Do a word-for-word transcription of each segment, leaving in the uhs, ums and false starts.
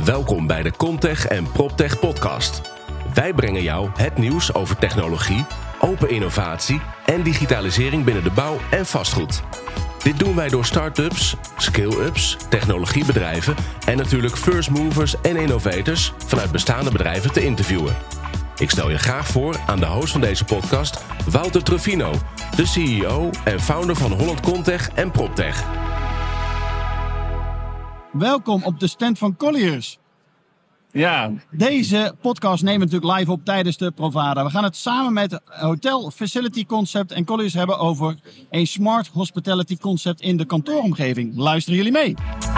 Welkom bij de Comtech en PropTech podcast. Wij brengen jou het nieuws over technologie, open innovatie en digitalisering binnen de bouw en vastgoed. Dit doen wij door start-ups, scale-ups, technologiebedrijven en natuurlijk first movers en innovators vanuit bestaande bedrijven te interviewen. Ik stel je graag voor aan de host van deze podcast, Wouter Truffino, de C E O en founder van Holland Comtech en PropTech. Welkom op de stand van Colliers. Ja. Deze podcast nemen we natuurlijk live op tijdens de Provada. We gaan het samen met Hotel Facility Concept en Colliers hebben over een smart hospitality concept in de kantooromgeving. Luisteren jullie mee?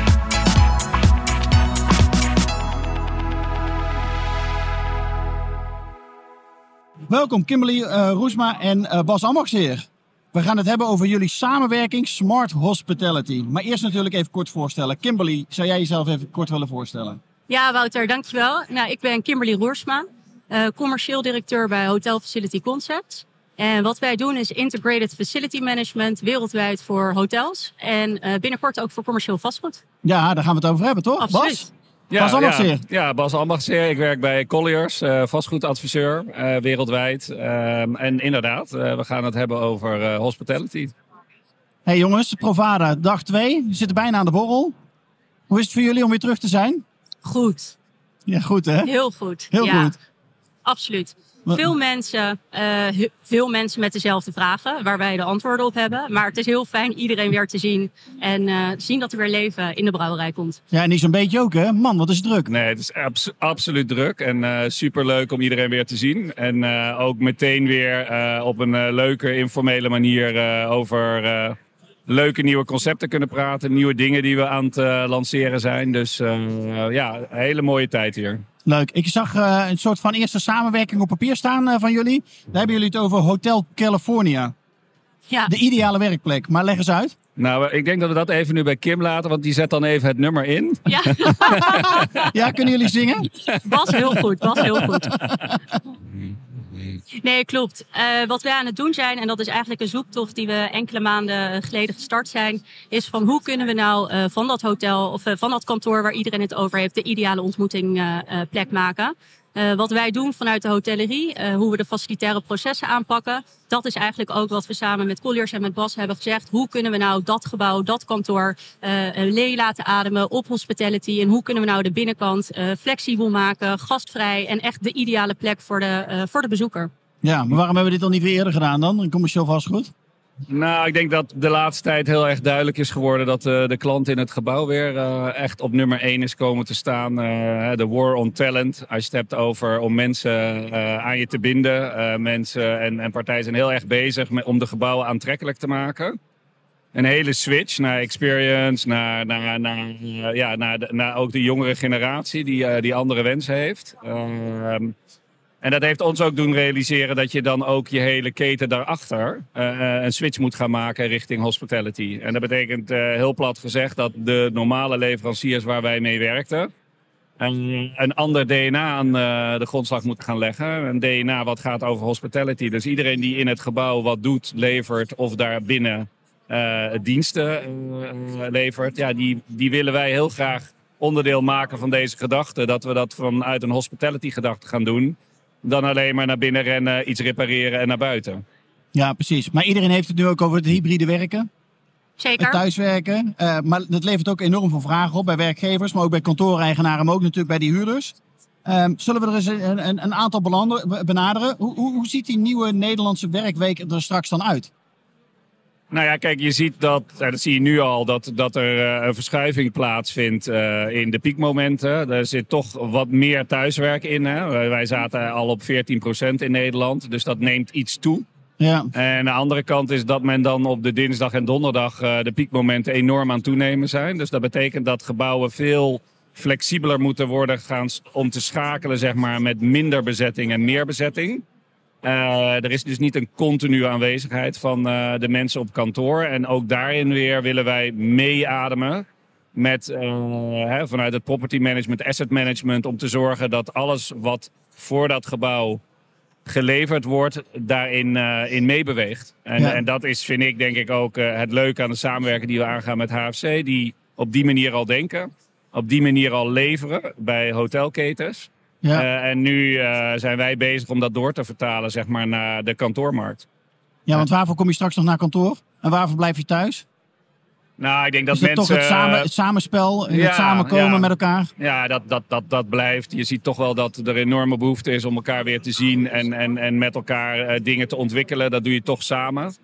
Welkom Kimberly uh, Roesma en uh, Bas Ambachtseer. We gaan het hebben over jullie samenwerking Smart Hospitality. Maar eerst natuurlijk even kort voorstellen. Kimberly, zou jij jezelf even kort willen voorstellen? Ja, Wouter, dankjewel. Nou, ik ben Kimberly Roersma, uh, commercieel directeur bij Hotel Facility Concept. En wat wij doen is integrated facility management wereldwijd voor hotels. En uh, binnenkort ook voor commercieel vastgoed. Ja, daar gaan we het over hebben, toch? Absoluut. Bas? Ja, Bas Ambachtseer. Ja, ja, Bas Ambachtseer. Ik werk bij Colliers, uh, vastgoedadviseur uh, wereldwijd. Uh, en inderdaad, uh, we gaan het hebben over uh, hospitality. Hey jongens, Provada, dag twee. We zitten bijna aan de borrel. Hoe is het voor jullie om weer terug te zijn? Goed. Ja, goed hè? Heel goed. Heel ja, goed. Absoluut. Wat? Veel mensen, uh, veel mensen met dezelfde vragen waar wij de antwoorden op hebben. Maar het is heel fijn iedereen weer te zien en uh, zien dat er weer leven in de brouwerij komt. Ja, en niet zo'n beetje ook hè? Man, wat is het druk. Nee, het is abs- absoluut druk en uh, superleuk om iedereen weer te zien. En uh, ook meteen weer uh, op een uh, leuke, informele manier uh, over uh, leuke nieuwe concepten kunnen praten. Nieuwe dingen die we aan het uh, lanceren zijn. Dus uh, uh, ja, een hele mooie tijd hier. Leuk. Ik zag uh, een soort van eerste samenwerking op papier staan uh, van jullie. Daar hebben jullie het over Hotel California. Ja. De ideale werkplek. Maar leg eens uit. Nou, ik denk dat we dat even nu bij Kim laten, want die zet dan even het nummer in. Ja. Ja, kunnen jullie zingen? Bas heel goed, Bas heel goed. Nee, klopt. Uh, wat wij aan het doen zijn, en dat is eigenlijk een zoektocht die we enkele maanden geleden gestart zijn, is van hoe kunnen we nou uh, van dat hotel of uh, van dat kantoor waar iedereen het over heeft, de ideale ontmoetingplek uh, uh, maken. Uh, wat wij doen vanuit de hotellerie, uh, hoe we de facilitaire processen aanpakken, dat is eigenlijk ook wat we samen met Colliers en met Bas hebben gezegd. Hoe kunnen we nou dat gebouw, dat kantoor uh, leeg laten ademen op hospitality en hoe kunnen we nou de binnenkant uh, flexibel maken, gastvrij en echt de ideale plek voor de, uh, voor de bezoeker. Ja, maar waarom hebben we dit al niet weer eerder gedaan dan? In commercieel vastgoed? Nou, ik denk dat de laatste tijd heel erg duidelijk is geworden dat uh, de klant in het gebouw weer uh, echt op nummer één is komen te staan. Uh, de war on talent, als je het hebt over om mensen uh, aan je te binden. Uh, mensen en, en partijen zijn heel erg bezig met, om de gebouwen aantrekkelijk te maken. Een hele switch naar experience, naar, naar, naar, uh, ja, naar, de, naar ook de jongere generatie die, uh, die andere wensen heeft. Uh, En dat heeft ons ook doen realiseren dat je dan ook je hele keten daarachter uh, een switch moet gaan maken richting hospitality. En dat betekent uh, heel plat gezegd dat de normale leveranciers waar wij mee werkten een, een ander D N A aan uh, de grondslag moeten gaan leggen. Een D N A wat gaat over hospitality. Dus iedereen die in het gebouw wat doet, levert of daarbinnen uh, diensten uh, levert, ja, die, die willen wij heel graag onderdeel maken van deze gedachte. Dat we dat vanuit een hospitality gedachte gaan doen. Dan alleen maar naar binnen rennen, iets repareren en naar buiten. Ja, precies. Maar iedereen heeft het nu ook over het hybride werken. Zeker. Het thuiswerken. Uh, maar dat levert ook enorm veel vragen op bij werkgevers. Maar ook bij kantooreigenaren, maar ook natuurlijk bij die huurders. Um, zullen we er eens een, een, een aantal belanden, benaderen? Hoe, hoe, hoe ziet die nieuwe Nederlandse werkweek er straks dan uit? Nou ja, kijk, je ziet dat, dat zie je nu al, dat, dat er uh, een verschuiving plaatsvindt uh, in de piekmomenten. Er zit toch wat meer thuiswerk in. Hè? Wij zaten al op veertien procent in Nederland, dus dat neemt iets toe. Ja. En aan de andere kant is dat men dan op de dinsdag en donderdag uh, de piekmomenten enorm aan het toenemen zijn. Dus dat betekent dat gebouwen veel flexibeler moeten worden gaan om te schakelen, zeg maar, met minder bezetting en meer bezetting. Uh, er is dus niet een continue aanwezigheid van uh, de mensen op kantoor. En ook daarin weer willen wij meeademen met, uh, hè, vanuit het property management, asset management, om te zorgen dat alles wat voor dat gebouw geleverd wordt, daarin uh, in meebeweegt. En, Ja. en dat is, vind ik, denk ik ook uh, het leuke aan de samenwerking die we aangaan met H F C, die op die manier al denken. op die manier al leveren bij hotelketens. Ja. Uh, en nu uh, zijn wij bezig om dat door te vertalen, zeg maar, naar de kantoormarkt. Ja, want waarvoor kom je straks nog naar kantoor? En waarvoor blijf je thuis? Nou, ik denk dat Is dat mensen... toch het, samen, het samenspel, ja, het samenkomen ja. met elkaar? Ja, dat, dat, dat, dat blijft. Je ziet toch wel dat er enorme behoefte is om elkaar weer te zien en, en, en met elkaar uh, dingen te ontwikkelen. Dat doe je toch samen.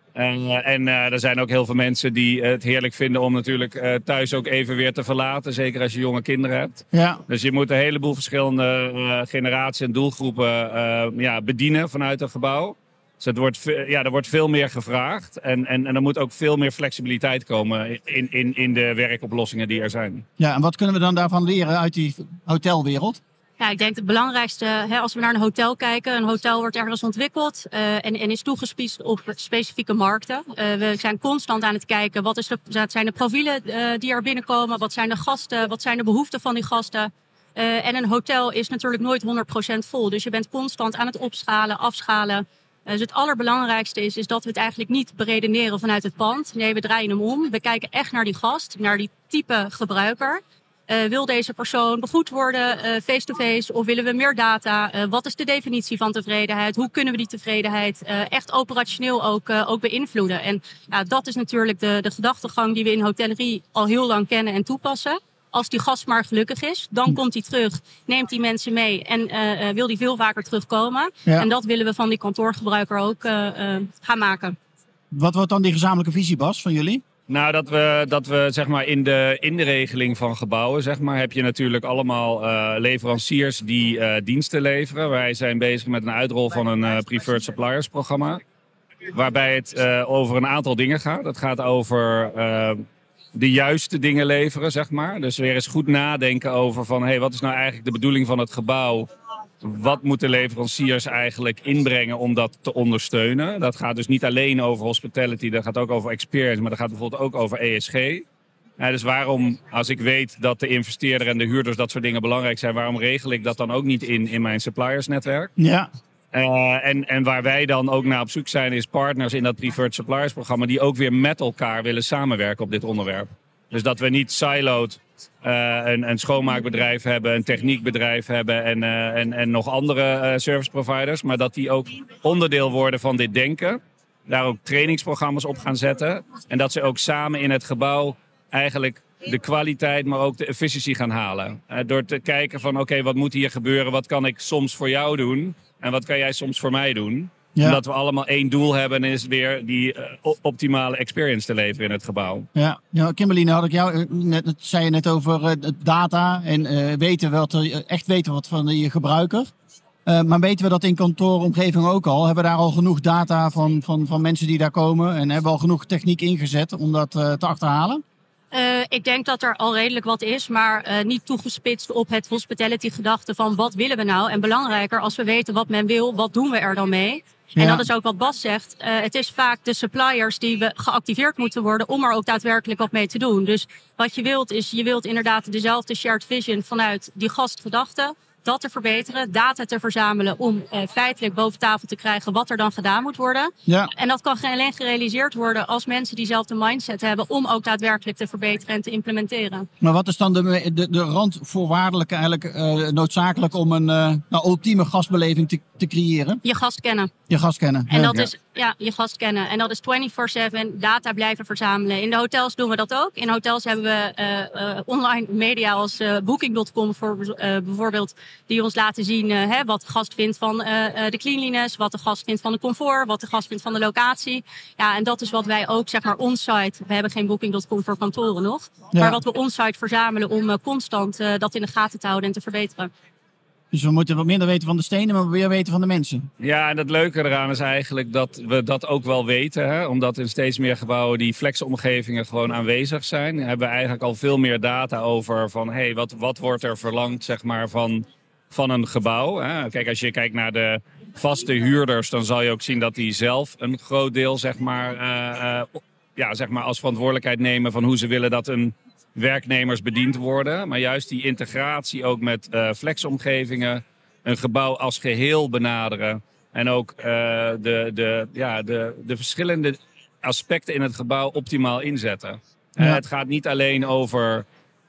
Uh, en uh, er zijn ook heel veel mensen die het heerlijk vinden om natuurlijk uh, thuis ook even weer te verlaten. Zeker als je jonge kinderen hebt. Ja. Dus je moet een heleboel verschillende uh, generaties en doelgroepen uh, ja, bedienen vanuit een gebouw. Dus het wordt, ja, er wordt veel meer gevraagd. En, en, en er moet ook veel meer flexibiliteit komen in, in, in de werkoplossingen die er zijn. Ja, en wat kunnen we dan daarvan leren uit die hotelwereld? Ja, ik denk het belangrijkste, hè, als we naar een hotel kijken. Een hotel wordt ergens ontwikkeld uh, en, en is toegespitst op specifieke markten. Uh, we zijn constant aan het kijken, wat, is de, wat zijn de profielen uh, die er binnenkomen? Wat zijn de gasten? Wat zijn de behoeften van die gasten? Uh, en een hotel is natuurlijk nooit honderd procent vol. Dus je bent constant aan het opschalen, afschalen. Uh, dus het allerbelangrijkste is, is dat we het eigenlijk niet beredeneren vanuit het pand. Nee, we draaien hem om. We kijken echt naar die gast, naar die type gebruiker. Uh, wil deze persoon begroet worden uh, face-to-face of willen we meer data? Uh, wat is de definitie van tevredenheid? Hoe kunnen we die tevredenheid uh, echt operationeel ook, uh, ook beïnvloeden? En uh, dat is natuurlijk de, de gedachtegang die we in hotellerie al heel lang kennen en toepassen. Als die gast maar gelukkig is, dan komt hij terug, neemt die mensen mee en uh, wil die veel vaker terugkomen. Ja. En dat willen we van die kantoorgebruiker ook uh, uh, gaan maken. Wat wordt dan die gezamenlijke visie, Bas, van jullie? Nou, dat we, dat we zeg maar in de, in de regeling van gebouwen, zeg maar, heb je natuurlijk allemaal uh, leveranciers die uh, diensten leveren. Wij zijn bezig met een uitrol van een uh, Preferred Suppliers programma. Waarbij het uh, over een aantal dingen gaat. Het gaat over uh, de juiste dingen leveren, zeg maar. Dus weer eens goed nadenken over van, hey, wat is nou eigenlijk de bedoeling van het gebouw? Wat moeten leveranciers eigenlijk inbrengen om dat te ondersteunen? Dat gaat dus niet alleen over hospitality, dat gaat ook over experience, maar dat gaat bijvoorbeeld ook over E S G. Ja, dus waarom, als ik weet dat de investeerder en de huurders dat soort dingen belangrijk zijn, waarom regel ik dat dan ook niet in, in mijn suppliersnetwerk? Ja. Uh, en, en waar wij dan ook naar op zoek zijn, is partners in dat Preferred Suppliers programma die ook weer met elkaar willen samenwerken op dit onderwerp. Dus dat we niet siloed uh, een, een schoonmaakbedrijf hebben, een techniekbedrijf hebben en, uh, en, en nog andere uh, service providers. Maar dat die ook onderdeel worden van dit denken. Daar ook trainingsprogramma's op gaan zetten. En dat ze ook samen in het gebouw eigenlijk de kwaliteit, maar ook de efficiëntie gaan halen. Uh, door te kijken van oké, okay, wat moet hier gebeuren? Wat kan ik soms voor jou doen? En wat kan jij soms voor mij doen? Ja. Omdat we allemaal één doel hebben en is het weer die uh, optimale experience te leveren in het gebouw. Ja, ja Kimberly, nou had ik jou, net, dat zei je net over uh, data en uh, weten wat er, echt weten wat van je gebruiker. Uh, maar weten we dat in kantooromgeving ook al? Hebben we daar al genoeg data van, van, van mensen die daar komen? En hebben we al genoeg techniek ingezet om dat uh, te achterhalen? Uh, ik denk dat er al redelijk wat is, maar uh, niet toegespitst op het hospitality gedachte van wat willen we nou? En belangrijker, als we weten wat men wil, wat doen we er dan mee? Ja. En dat is ook wat Bas zegt. Uh, het is vaak de suppliers die we geactiveerd moeten worden om er ook daadwerkelijk wat mee te doen. Dus wat je wilt is, je wilt inderdaad dezelfde shared vision vanuit die gastgedachte. Dat te verbeteren, data te verzamelen om uh, feitelijk boven tafel te krijgen wat er dan gedaan moet worden. Ja. En dat kan alleen gerealiseerd worden als mensen diezelfde mindset hebben om ook daadwerkelijk te verbeteren en te implementeren. Maar wat is dan de, de, de randvoorwaardelijke eigenlijk uh, noodzakelijk om een uh, nou, ultieme gastbeleving te, te creëren? Je gast kennen. Je gast kennen. En ja. dat is ja, je gast kennen. En dat is vierentwintig zeven data blijven verzamelen. In de hotels doen we dat ook. In hotels hebben we uh, uh, online media als uh, booking punt com voor uh, bijvoorbeeld die ons laten zien uh, hè, wat de gast vindt van uh, de cleanliness, wat de gast vindt van de comfort, wat de gast vindt van de locatie. Ja, en dat is wat wij ook, zeg maar, onsite. We hebben geen booking punt com voor kantoren nog. Ja. Maar wat we onsite verzamelen om uh, constant uh, dat in de gaten te houden en te verbeteren. Dus we moeten wat minder weten van de stenen, maar weer weten van de mensen. Ja, en het leuke eraan is eigenlijk dat we dat ook wel weten. Hè? Omdat in steeds meer gebouwen die flexomgevingen gewoon aanwezig zijn. Hebben we eigenlijk al veel meer data over van hey, wat, wat wordt er verlangd, zeg maar, van, van een gebouw. Hè? Kijk, als je kijkt naar de vaste huurders, dan zal je ook zien dat die zelf een groot deel, zeg maar, uh, uh, ja, zeg maar als verantwoordelijkheid nemen van hoe ze willen dat een werknemers bediend worden. Maar juist die integratie ook met uh, flexomgevingen, een gebouw als geheel benaderen. En ook uh, de, de, ja, de, de verschillende aspecten in het gebouw optimaal inzetten. Ja. Uh, het gaat niet alleen over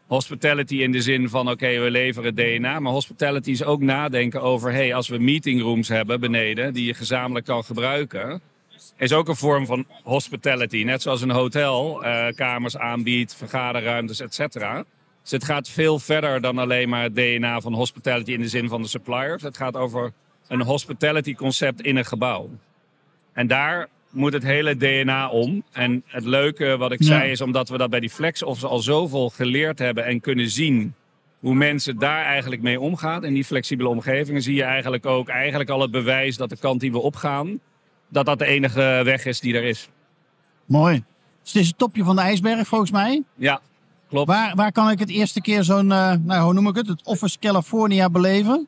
hospitality in de zin van, oké, okay, we leveren D N A. Maar hospitality is ook nadenken over, hey, als we meetingrooms hebben beneden, die je gezamenlijk kan gebruiken, is ook een vorm van hospitality. Net zoals een hotel uh, kamers aanbiedt, vergaderruimtes, et cetera. Dus het gaat veel verder dan alleen maar het D N A van hospitality in de zin van de suppliers. Het gaat over een hospitality concept in een gebouw. En daar moet het hele D N A om. En het leuke wat ik ja. zei is, omdat we dat bij die FlexOffice al zoveel geleerd hebben en kunnen zien hoe mensen daar eigenlijk mee omgaan. In die flexibele omgevingen zie je eigenlijk ook eigenlijk al het bewijs dat de kant die we opgaan, dat dat de enige weg is die er is. Mooi. Dus het is het topje van de ijsberg volgens mij. Ja, klopt. Waar, waar kan ik het eerste keer zo'n, uh, nou hoe noem ik het, het Office California beleven?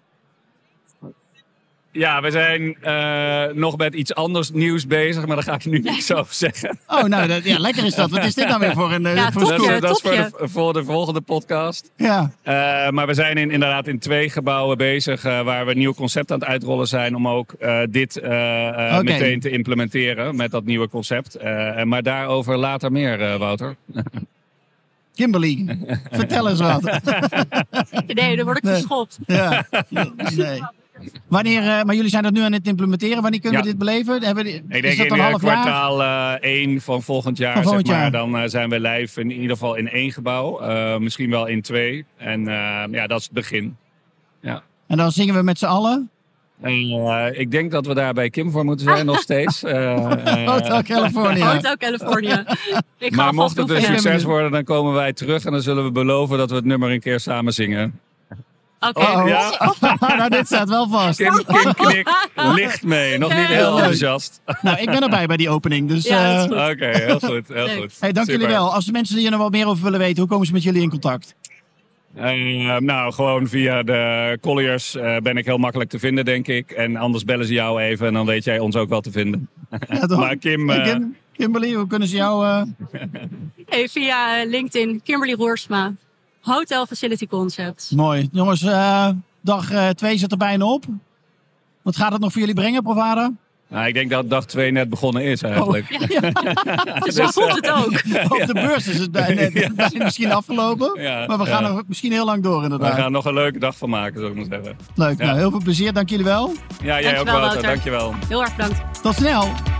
Ja, we zijn uh, nog met iets anders nieuws bezig, maar daar ga ik nu niks over zeggen. Oh, nou, dat, ja, lekker is dat. Wat is dit nou weer voor een... Uh, ja, voor topje, dat, dat is voor topje. de, voor de volgende podcast. Ja. Uh, maar we zijn in, inderdaad in twee gebouwen bezig uh, waar we een nieuw concept aan het uitrollen zijn om ook uh, dit uh, uh, okay. meteen te implementeren met dat nieuwe concept. Uh, maar daarover later meer, uh, Wouter. Kimberly, vertel eens wat. Nee, dan word ik nee. geschopt. Ja, nee. Wanneer, uh, maar jullie zijn dat nu aan het implementeren. Wanneer kunnen ja. we dit beleven? Hebben we, ik is denk dat in een half kwartaal één uh, van volgend jaar, van volgend zeg maar, jaar. Dan uh, zijn we live in ieder geval in één gebouw. Uh, misschien wel in twee. En uh, ja, dat is het begin. Ja. En dan zingen we met z'n allen? Uh, ik denk dat we daar bij Kim voor moeten zijn nog steeds. Uh, uh, Hotel California. Hotel California. Ik ga maar mocht het een ja. succes worden, dan komen wij terug en dan zullen we beloven dat we het nummer een keer samen zingen. Oké. Okay. Oh, ja? Nou, dit staat wel vast. Kim, Kim knikt licht mee. Nog niet heel enthousiast. Nou, ik ben erbij bij die opening. Dus, ja, uh... Oké, okay, heel goed. Heel goed. Hey, dank Super. jullie wel. Als de mensen hier nog wat meer over willen weten, hoe komen ze met jullie in contact? Uh, nou, gewoon via de Colliers uh, ben ik heel makkelijk te vinden, denk ik. En anders bellen ze jou even en dan weet jij ons ook wel te vinden. Ja, toch? Maar Kim... Uh... Hey, Kim, Kimberly, hoe kunnen ze jou... Uh... Hey, via LinkedIn, Kimberly Roersma. Hotel Facility Concept. Mooi. Jongens, uh, dag uh, twee zit er bijna op. Wat gaat het nog voor jullie brengen, Provada? Nou, ik denk dat dag twee net begonnen is eigenlijk. Oh, ja, ja. Dus zo voelt het ook. Op de beurs is het bijna, ja. misschien afgelopen. Ja, maar we gaan ja. er misschien heel lang door inderdaad. We gaan nog een leuke dag van maken, zou ik maar zeggen. Leuk. Ja. Nou, heel veel plezier. Dank jullie wel. Ja, jij Dankjewel, ook, Wouter. Wouter. Dankjewel. Heel erg bedankt. Tot snel.